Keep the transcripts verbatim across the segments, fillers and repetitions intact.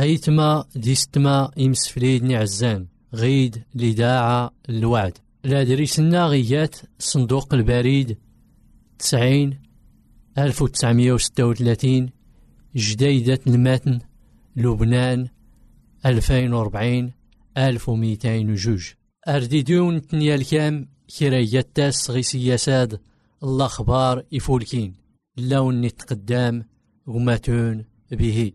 غيتما ديستما يمسفليد نعزان غيد لداعة الوعد لا دريسنا غيات صندوق البريد تسعين ألف وتسعمية وستة وثلاثين جديدة المتن لبنان ألفين وربعين ألف ومئتين وجوج أرديدون تنيا الكام كرايات تاس غي سياساد الأخبار يفولكين اللون نتقدام وماتون به.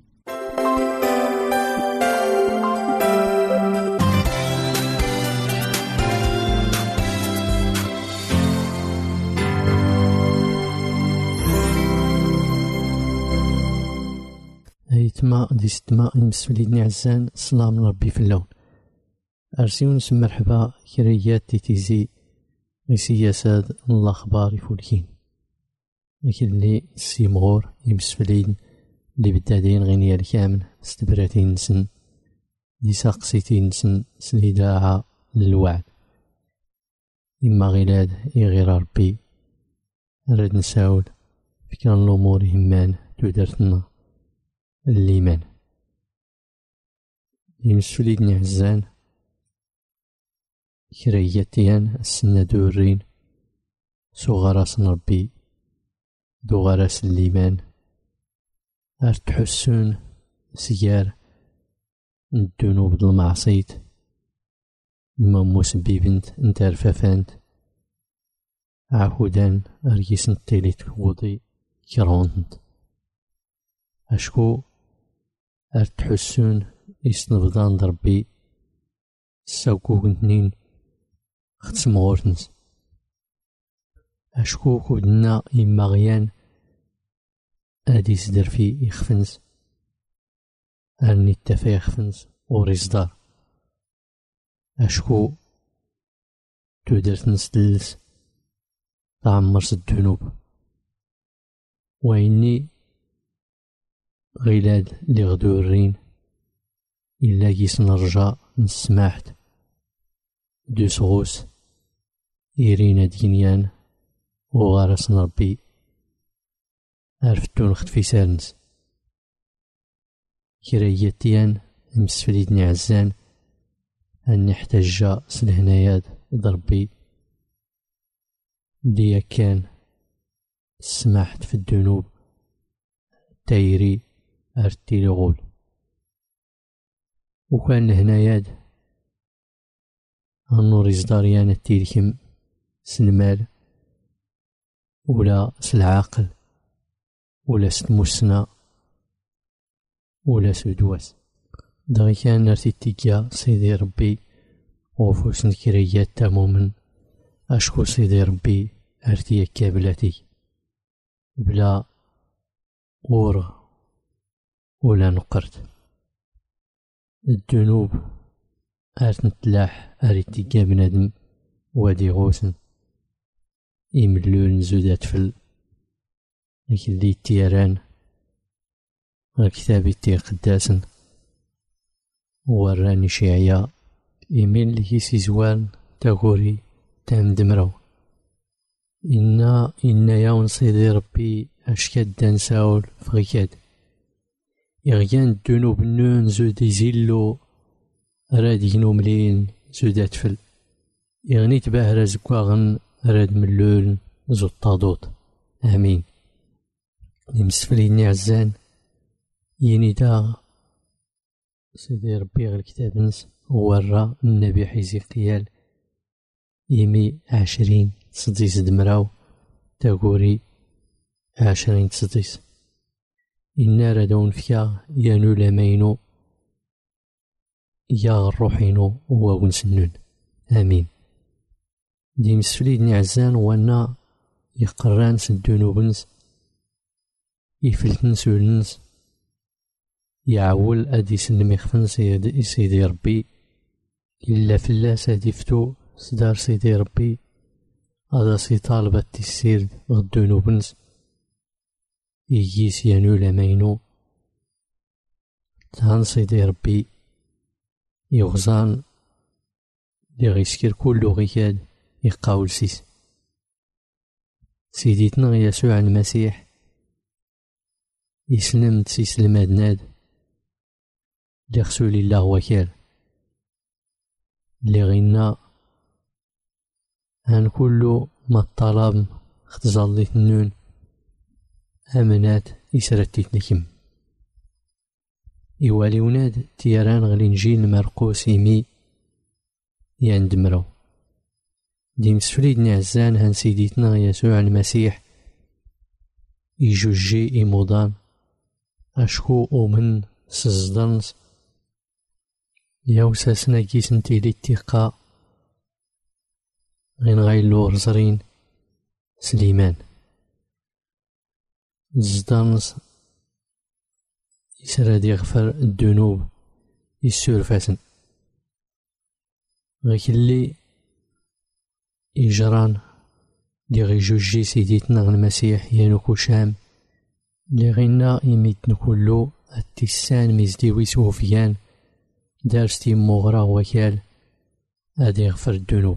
هيتما ديستما يمسوليدني عزان سلام ربي في اللون أرسيون نسم مرحبا كريات تيتيزي غي سياساد الأخبار يفولكين لكن اللي سيمغور يمسفلين اللي بدادين غينيا الكامل استبراتين نسن دي ساقسيتين نسن سليداعة للوعد إما غيلاد يغير ربي نرد نساول فكرا الأمور يهمان تودرتنا الليمان يمسفليدني عزان كرياتيان السنة دورين صغراس ربي دو غراس الليمان أرتحسون سيار الذنوب المعصيت المموس ببنت انتار فافانت عهودان أريس نتيليت وضي كرونت أشكو أرتحسون يسنبضان دربي ساوكو كنتنين ختسم غورتنس أشكو كودنا إما غيان أدي سدر في يخفنس أرني التفا يخفنس وريصدار أشكو تودرت نسدلس تعمرس الذنوب وإني غيلاد لي غدورين إلا كيس نرجع نسماحت دو سغوس إيرينا دينيان وغارس نربي عرفتو نخت في سالنس كراياتيان مسفليدني عزان أني احتجا سلهناياد ضربي ليا كان سمحت في الذنوب تايري أرتي لغول وكان هناياد النور إصداريان التيلكم سلمال ولا سالعاقل ولا ستموسنا ولا سودواس دغي كان نرتي تيكيا سيدي ربي وفوس نكريات تامومن أشكو سيدي ربي أرتي كابلاتي بلا غور ولا نقرت الذنوب أرت نتلاح أريد تيكا بنادم وادي غوسن إملول نزودات فل لكن لي تيران الكتاب تي قداسن وراني شيعيا إيمين لكي سيزوان تاغوري تام دمرو إنا إنا ياون سيدي ربي أشكاد دانساول فغيكاد إغيان الذنوب نون زود يزيلو راد ينو ملين زودات فل إغني تباه رازكواغن راد ملول زود طادوط آمين يمسفليني عزان يني دا سيدي ربي غير الكتاب نس ورا النبي حزقيال يمي عشرين سديس دمراو تاغوري عشرين سديس إنا ردون فيا يانو لامينو يا الروحينو وواون سنون آمين دي مسفليدني عزان وانا يقران سدونوبنس يفلتن سولنس يعول أدي سلم يخفن سيدي, سيدي ربي إلا فلاس أدي فتو صدار سيدي ربي هذا سي طالبة تسير غدونو بنس يجيس يانو لامينو تهان سيدي ربي يغزان لي غيسكر كلو غيكاد يقاول سيس سيديتنا يسوع المسيح يسلم تسيسلم أدناد لرسول الله وكال لغينا عن كل ما الطلب اختزال النون أمنات إسرتت لكم إوالي وناد تيران غالينجيل مرقوس إيمي يندمرو ديم سفليد نعزان هان سيديتنا يسوع المسيح يجوجي إمودان أشكو أومن سزدنس يوساسنا كيسن تيلي التقاء غين غايلو رزرين سليمان زدنس يسراد يغفر الذنوب يسورفاسن غيك اللي إجران لي غيجوجي سيديتنا المسيح يانوكو شام لي غينا يميتن كلو التسان مزديوي سوفيان دارستي مغرا وكال أدي يغفر الذنوب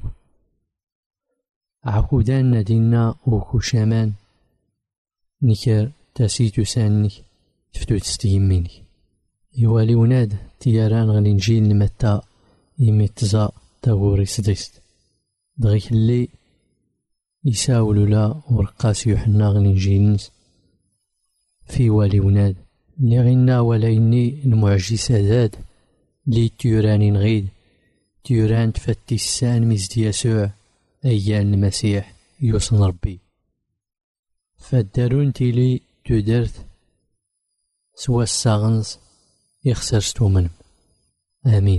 عقودان ندينا وكو شامان نكر تاسيتو سانك تفتو تستيمينك يوالي وناد تياران غالينجيل نمتا يميتزا تاغوري سديست دغيك اللي يساولو لا ورقاس يوحنا غالينجيلنس في والي وناد لي غينا ولايني المعجزات لي تيوراني نغيد تيوران تفتي السان مزد يسوع أيان المسيح يوصن ربي فالدارون تيلي تدرت سوا الساغنس يخسر ستومنم آمين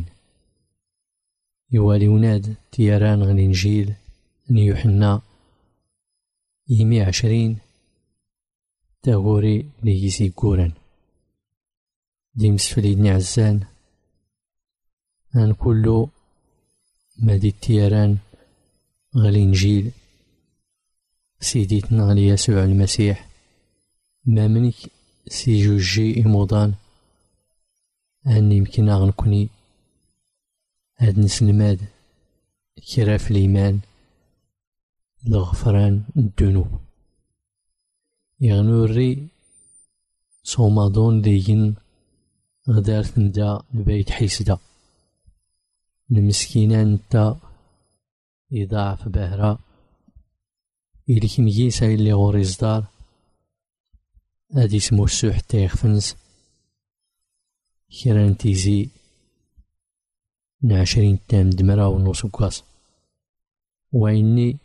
يوالي وناد تياران غالينجيل نيوحنا يمي عشرين تاغوري ليسي كوران ديمس فليدني عزان أن كلو مادي التياران غالينجيل سيديتنا ليسوع المسيح ما منك سيجوجي إموضان أن يمكن أغنكني هاد نسلماد كراف الإيمان لغفران الذنوب يغنوري صومادون ليين غدارت ندا البيت حيسدا المسكينان نتا يضاعف بهرا إليك ميسا إلي غوري صدار أدي سمو السوح حتى يخفنس كيران تيزي نعشرين تام دمرا ونص كواس وإني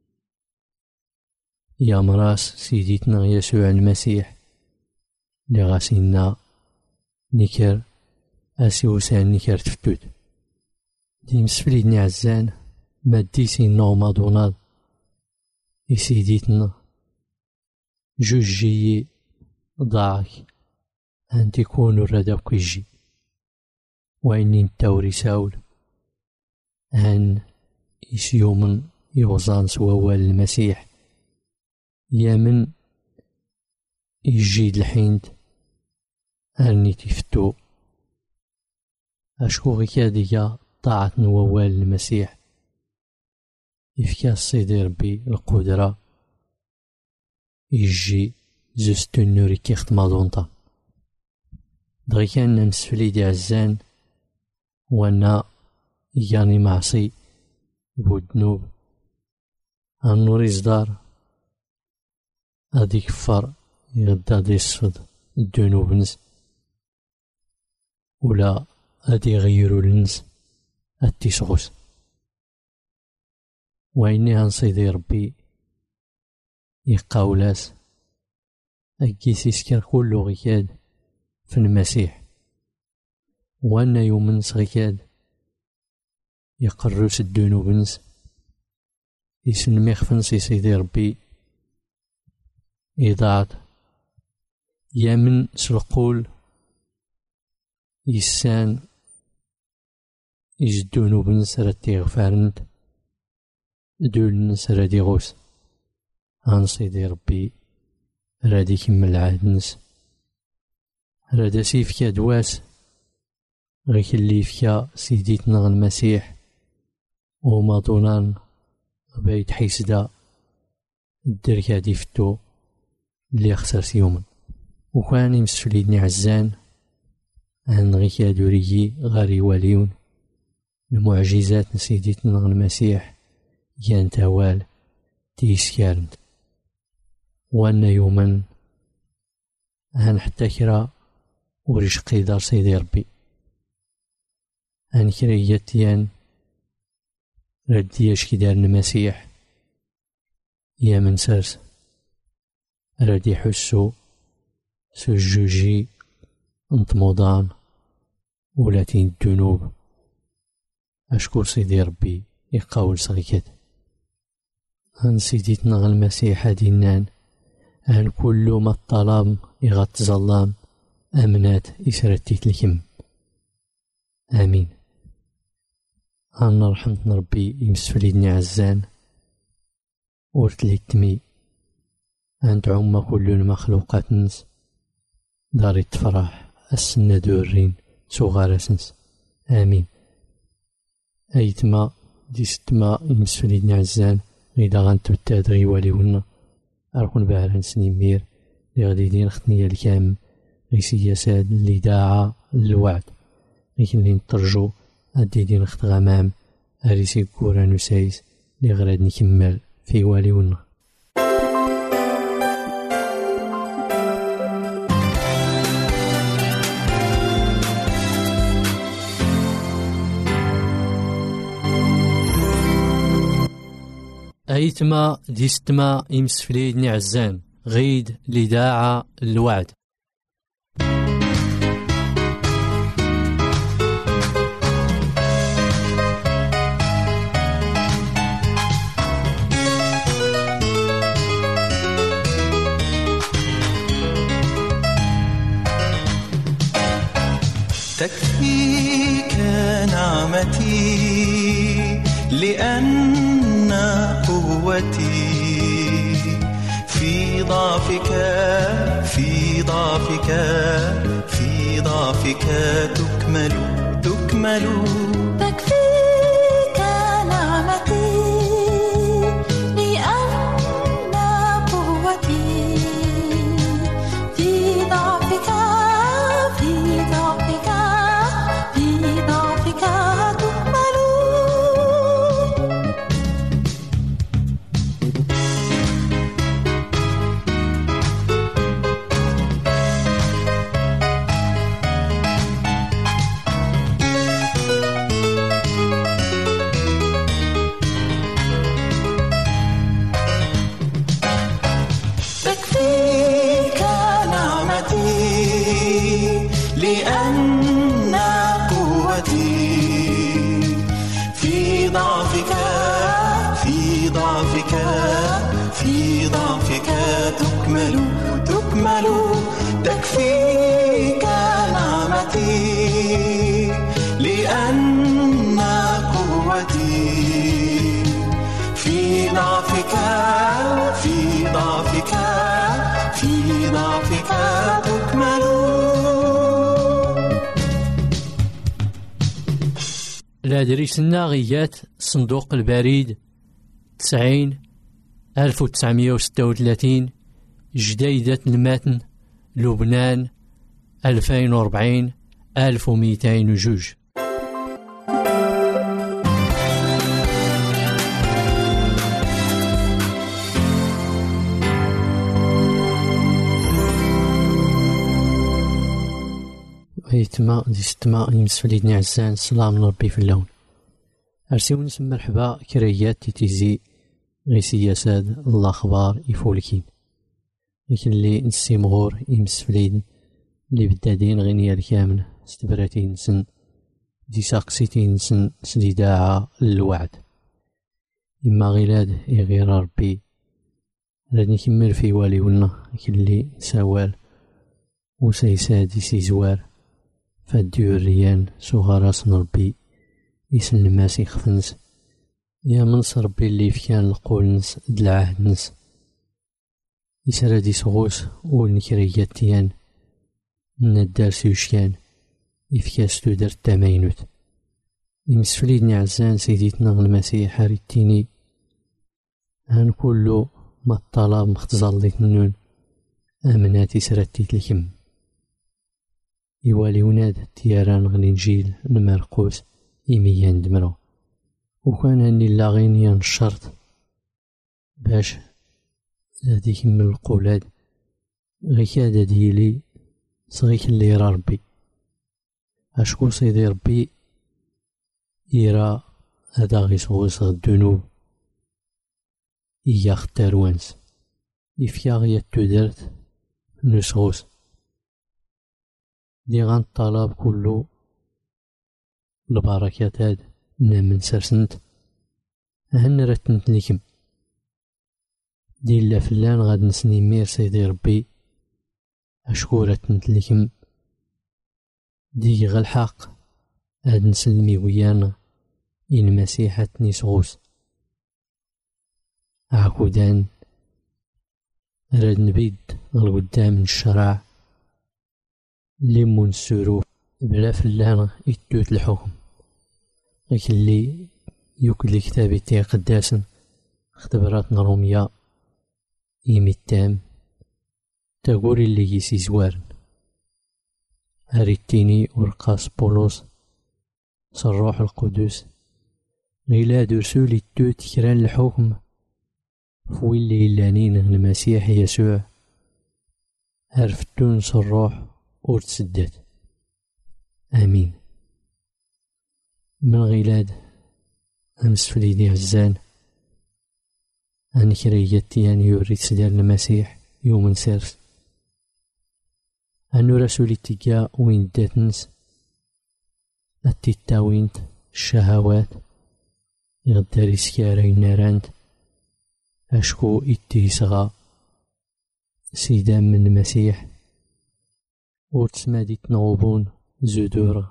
يا مراس سيديتنا يسوع المسيح لغاسينا نكر أسيوسان نكر تفتوت ديمس فليدني عزان ماديسي نوما دوناد يسيديتنا جوجي ضاعك أن تكون الردب كيجي وإني نتاوري ساول أن يسيومن يوزان سوال المسيح يامن يجيد الحيند أرني تفتو أشكو غيكادية طاعة نوال المسيح يفكا الصيدي ربي القدرة يجي زوستو نوري كيخت مادونتا دغي كان نمسفلي دي عزان وانا ياني معصي بودنوب النوري صدار غادي يكفر يغدا دي الصفد الذنوب نس ولا غادي يغيرو لنس التيسغوس وإني هنصيدي ربي يقاولاس أكيسي سكر كلو غيكاد في المسيح وانا يومن صغيكاد يقرس الذنوب نس يسلم يخفنس يسيدي ربي إضاعت يامن سلقول يسان يجدونو بنسرة غفارنت دول نسرة دي غوس هانصيدي ربي رادي كمل العهد نس رادا سيفكا دواس غيك اللي فيا سيديتنا المسيح وما دونان بيت حيسدا الدركا دي فتو اللي خسر سيومن وكان يمسفليدني عزان أن غيكا دوريي غاري واليون المعجزات نسيديتنا المسيح يان توال تيسكارنت وأن يوما هن حتى كرا وريش قيدار سيدي ربي هن كرياتيان ردياش كدار المسيح يا من سارس ردي حسو سجوجي انطموضان ولاتين الذنوب أشكر سيدي ربي يقاول صغيكت هن سيديتنا المسيح دينان هن كل ما الطلام يغط ظلام أمنات إسرتيت لكم آمين. هن رحمتنا ربي يمسفليدني عزان ورتليتمي أن تعم كل المخلوقات نس داري تفرح السنة دورين صغار سنس آمين. أيتما دي ستما يمسفليدني عزان غيدا غنتبتاد غيواليونا أركون باران سنيمير لغدي دين ختنيا الكام غي سياسات اللي داعا الوعد لكن اللي نترجو أدي دين خت غمام أريسي كورا نسايس لغراد نكمل في واليونا. أيتما ديستما يمسفليدني عزان غيد لداعا الوعد. تكفيك نعمتي لأن قوتي في ضعفك في ضعفك في ضعفك تكمل تكمل تكفيك نعمتي لأن قوتي في ضعفك في ضعفك في ضعفك تكمل. تكفيك نعمتي لأن قوتي في ضعفك في ضعفك في ضعفك تكمل تكمل. تكفيك نعمتي لأن قوتي في ضعفك في ضعفك في ضعفك تكمل. لادريسنا غيات صندوق البريد تسعين ألف وتسعمية وستة وثلاثين جديدة المتن لبنان ألفين وأربعين ألف ومئتين وجوج. أيتما دي ستما يمسفليدني عزان سلام ربي في اللون أرسيو نسمى مرحبا كريات تيتيزي غي سياسات الأخبار يفولكين لكن اللي نسي مغور يمسفليدن اللي بدادين غينيا الكامل ستبراتين سن دي ساقسيتين سن سديداعا الوعد إما غيلاد يغير ربي لاد نكمل في والي ولنا لكن اللي سوال وسيسادي سيزوار فاديو الريان سوغاراس نربي يسن الماسي خفنس يا منص ربي اللي فكان القول نس دلعهد نس يسرى دي سغوس والنكريات تيان ندار سيوشكان يفكاستو در التماينوت يمسفليدني عزان سيديتنا المسيح ريتيني هان كلو ما الطلاب مختزليت نون امناتي سرتيت لكم يوالي وناد تياران غلينجيل نمرقوس إيميان دمرو وكان هني لاغين ينشرط باش هاديك من القولاد غيك هذا ديالي صغيك اللي يرى ربي أشكو سيدي ربي يرى هذا غيسغوس الذنوب إيا ختار وانس يفيا غيا تودرت نسغوس دي غان الطلب كله البركات هاد نامن سرسنت هن رتنت ليكم دي لا فلان غاد نسني مير سيدي ربي أشكو رتنت ليكم دي غا الحق هاد نسلمي ويانا إن مسيحة نسغوس عكودان راد نبيد القدام الشرع لمون السروف بلا فلان يتوت الحكم غيك اللي يوكل الكتاب تاع قداسن اختباراتنا روميا يمي التام تقول اللي يسي زوارن هاريتيني ورقاس بولوس صروح القدس غيلا درسولي التوت كران الحكم فوي اللي إلانين المسيح يسوع هرفتون صروح ورتسدت آمين. من غيلاد أمس فليدي عزان أن كريتيان يوريد سدار المسيح يوم سيرس أنو رسولي تيجا وين داتنس التتاوينت الشهوات يغداري سكاري ناراند أشكو إتيسغا سيدان من المسيح ورتسمادي تنغوبون زودورا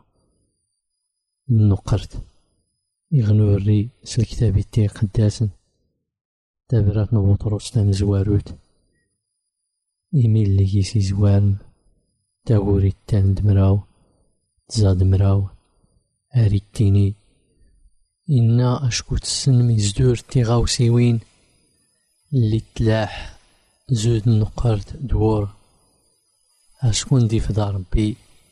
نقرت يغنوري سالكتابي تي قداسن تابرات نبوطروس تام زواروت إيميل اللي يسي زوارن تاغوري تان دمراو تزاد مراو هاريتيني إنا أشكو تسن مزدور تيغاوسيوين اللي تلاح زود نقرت دور أشكون دي فدا ربي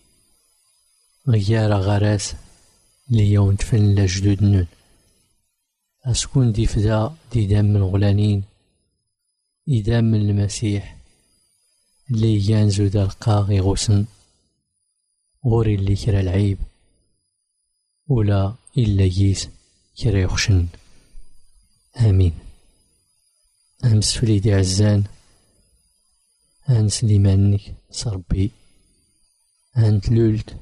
غيارة غراس ليون تفن لجدود نون أشكون دي فدا دي دام من غلانين إدام من المسيح اللي ينزو دا القاغي غسن غوري اللي كرا العيب ولا إلا ييس كرا يخشن آمين. أمس فليدي عزان أن سليمانك صربي أن تلولت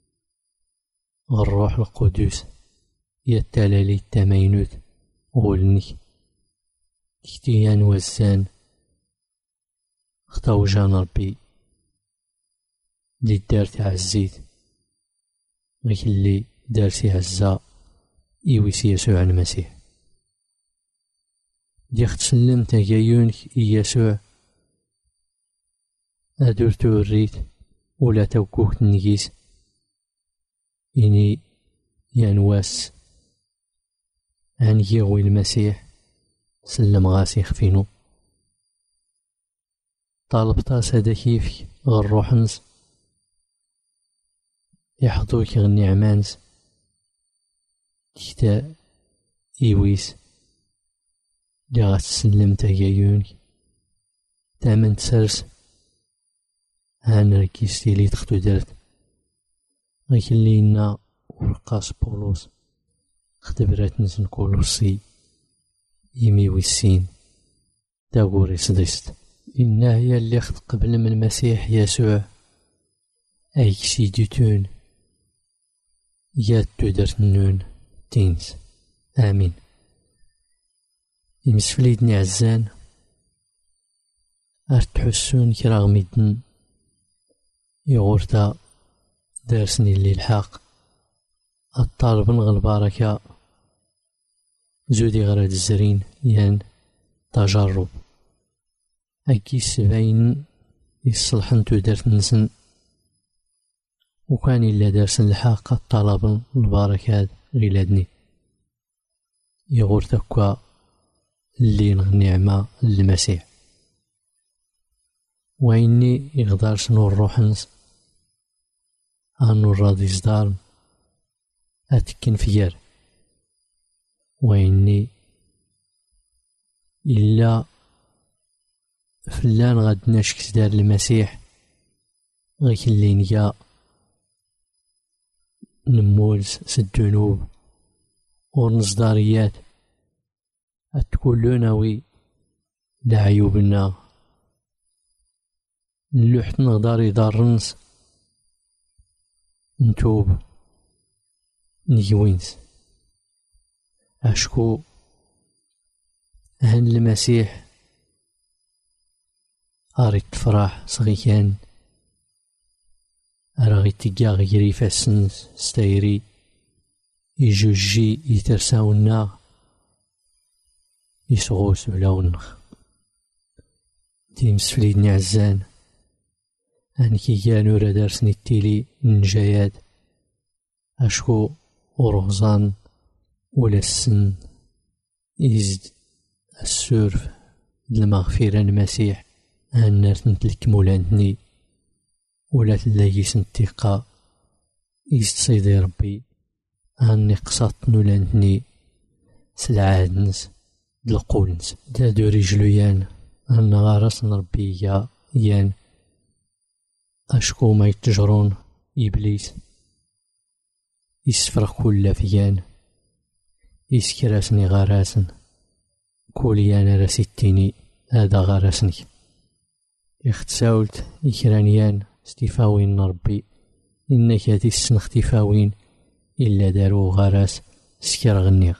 الروح القدس يتلالي التمينوت غولنك كتيان وزان اختاو جان ربي لي دارتي عزيت غيك اللي دارتي عزا إيويسي يسوع المسيح دي تسلم تجايونك يسوع أدور توريت ولا توكوك تنجيس إني ينواس عن يغوي المسيح سلم غاسي خفينو طالبتا هذا كيفك غير روحنس يحضوك غني عمانس كتا إيويس لي غتسلم تجايونك تامن تسرس هان ركيستي لي تختو دارت غيك اللي إنا ورقاس بولوس اختبرات نزن كولوسي يمي ويسين تاغوري صديست إنا هي اللي خد قبل من المسيح يسوع أي كسي ديتون يا تودرت نون تينس آمين. يمسفليدني عزان أرتحسون كرا غميدن يغورتا دارسني اللي الحق الطالب نغل البركة زودي غراد الزرين يان تجرب أكي سبعين يصلحن تودرت نسن وكان إلا دارسن الحق الطلب البركات غيلادني يغور تكوا اللي نعمة للمسيح وإني يغدار شنو الروحنس أنو الراضي صدار أتكن فيار وإني إلا فلان غاد ناشك دار المسيح غيك اللي نيا نمولس سدنوب ورنصداريات أتكون ناوي لعيوبنا نلوحت نغداري دار رنس نتوب نيوينس أشكو هن المسيح أريد تفرح صغيان أراغي تيجا غيري فاسنس ستايري يجوجي يترساونا يسغوس بلا ونخ ديمس فليدني عزان أنكي كانو را دارسني التيلي نجايات أشكو ورغزان ولا السن يزد السورف المغفرة المسيح أنر تنتلك مولانتني ولا تلاقيس نتيقا يزد سيدي ربي أني قصات نولانتني سلعادنس دلقولنس دادو رجليان أن غارس نربي يا يان أشكو ما يتجرون إبليس يسفرق كل فيان يسكراسني غاراسن كوليان راسيتيني هذا غاراسني اختساولت إكرانيان ستيفاوين نربي إنك هاتي السن اختفاوين إلا دارو غراس سكر غنيغ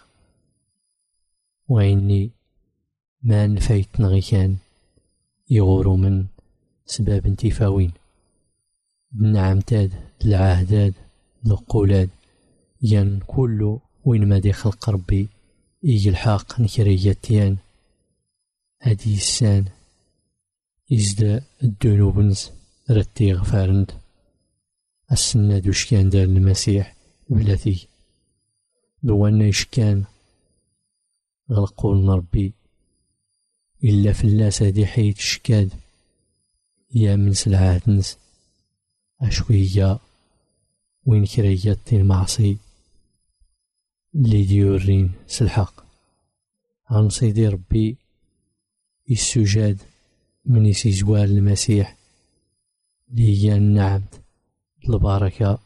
وإني ما نفايت نغيكان يغورو من سباب انتفاوين بنعمتاد العهداد القولاد ين كله وين ما دي خلق ربي يجي الحق نكرياتيان هادي السان يزدا الدنوبنز رتي غفارند السنة دوش كان دار المسيح بلاتي دوانا يشكان غلقول ربي إلا فلاس هادي حيت شكاد يا من سلعاتنس أشوية وين كرياتي المعصي اللي ديورين سلحق عن سيدي ربي السجاد من يسي زوال المسيح لي هي النعمة البركة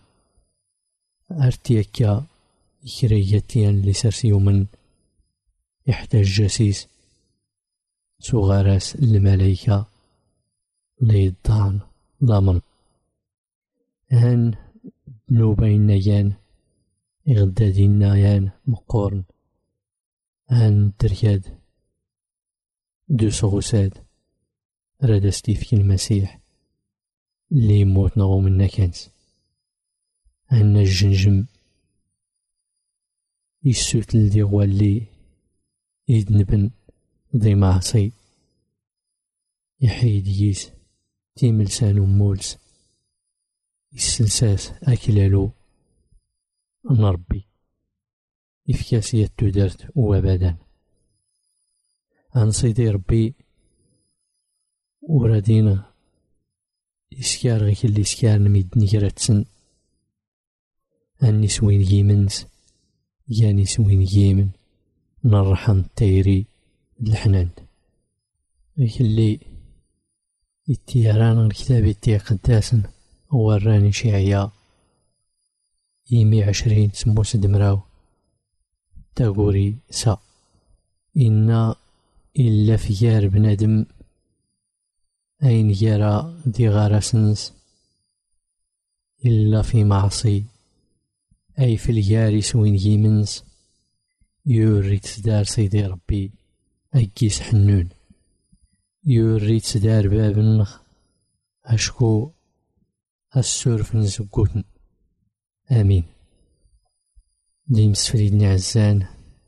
أرتيكا كرياتيان لسرسيو من يحتاج جسيس سغراس الملايكة ليضان ضامن هن نوبين نيان إغدادين نيان مقورن هن درياد دو سغساد ردستي في المسيح اللي يموت نغو من نكنس هن الجنجم يسوتل دي غوالي يدنبن ضي معصي يحيد يس تيملسان ومولس السلساس أكلالو نربي إفكاسية تدرت وابدا عن سيدي ربي ورادينا إسكار غيك اللي إسكار نميد نكراتسن أني سوين يمنس ياني سوين يمن نرحم تيري الحنان غيك اللي التيران الكتاب التي قداسن وراني شيعيا يمي عشرين سموس دمراو تاغوري سا إنا إلا فيار بنادم أين يرى دي غارسنس إلا في معصي أي في اليار سوين يمنس يوريت سدار سيدي ربي أجيس حنون يوريت سدار باب النخ أشكو السورف نزقوتن آمين ديمس فريدني عزان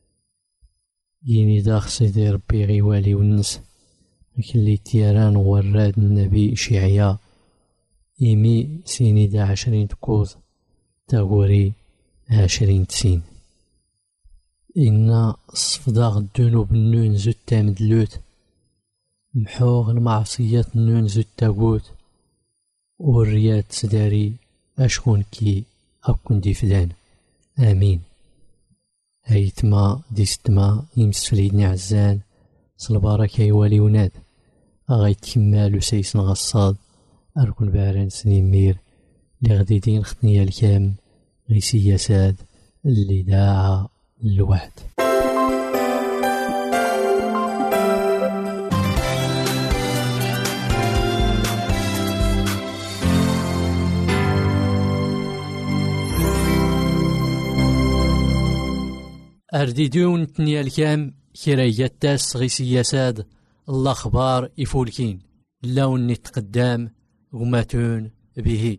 يني داخ سيدي ربي غيوالي ونس اللي تيران وراد النبي شيعيا يمي سيني دا عشرين تكوز تاغوري عشرين تسين إنا صفداغ الدنوب النون زود تامد لوت محوغ المعصيات النون زود تاغوت والريات سداري أشكون كي أكون دي فدان آمين. هيتما ديستما يمسفليدني عزان صلبارك يوالي وناد أغايت كمال سيسن غصاد أركن باران سنيمير لغديدين خطنية الكام غيسي يساد اللي داعا الوحد. أرديدون تنيا الكام كرايات تاس غيسي يساد الأخبار يفولكين اللون نتقدام غماتون به.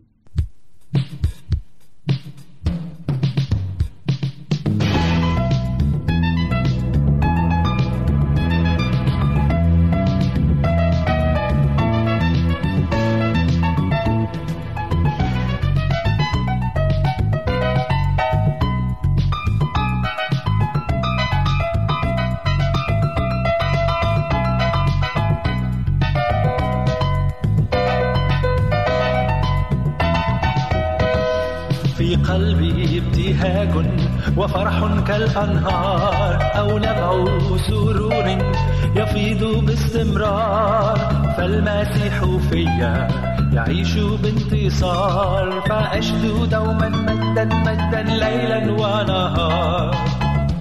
في قلبي ابتهاج وفرح كالأنهار أو نبع سرور يفيض باستمرار فالمسيح فيا يعيش بانتصار فأشدو دوما مجدا مجدا ليلا ونهار.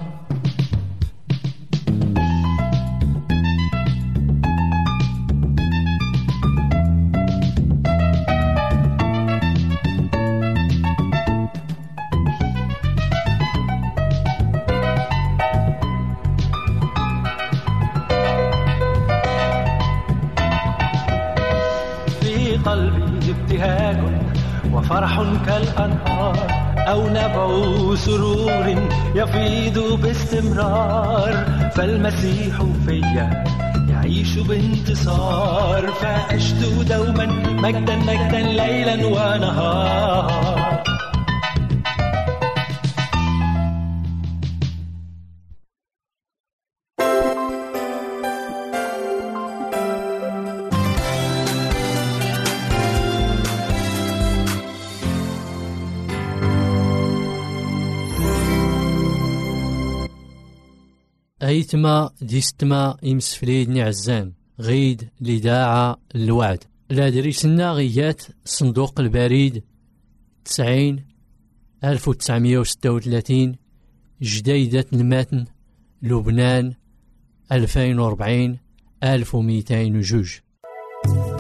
قلبي ابتهاج وفرح كالأنهار أو نبع سرور يفيض باستمرار فالمسيح فيا يعيش بانتصار فأشدو دوما مجدا مجدا ليلا ونهار. أيتما ديستما يمسفليدني عزان غيد لداعة الوعد. لا دريسنا غيات صندوق البريد تسعين ألف وتسعمية وستة وثلاثين جديدة المتن لبنان ألفين وربعين ألف ومئتين وجوج.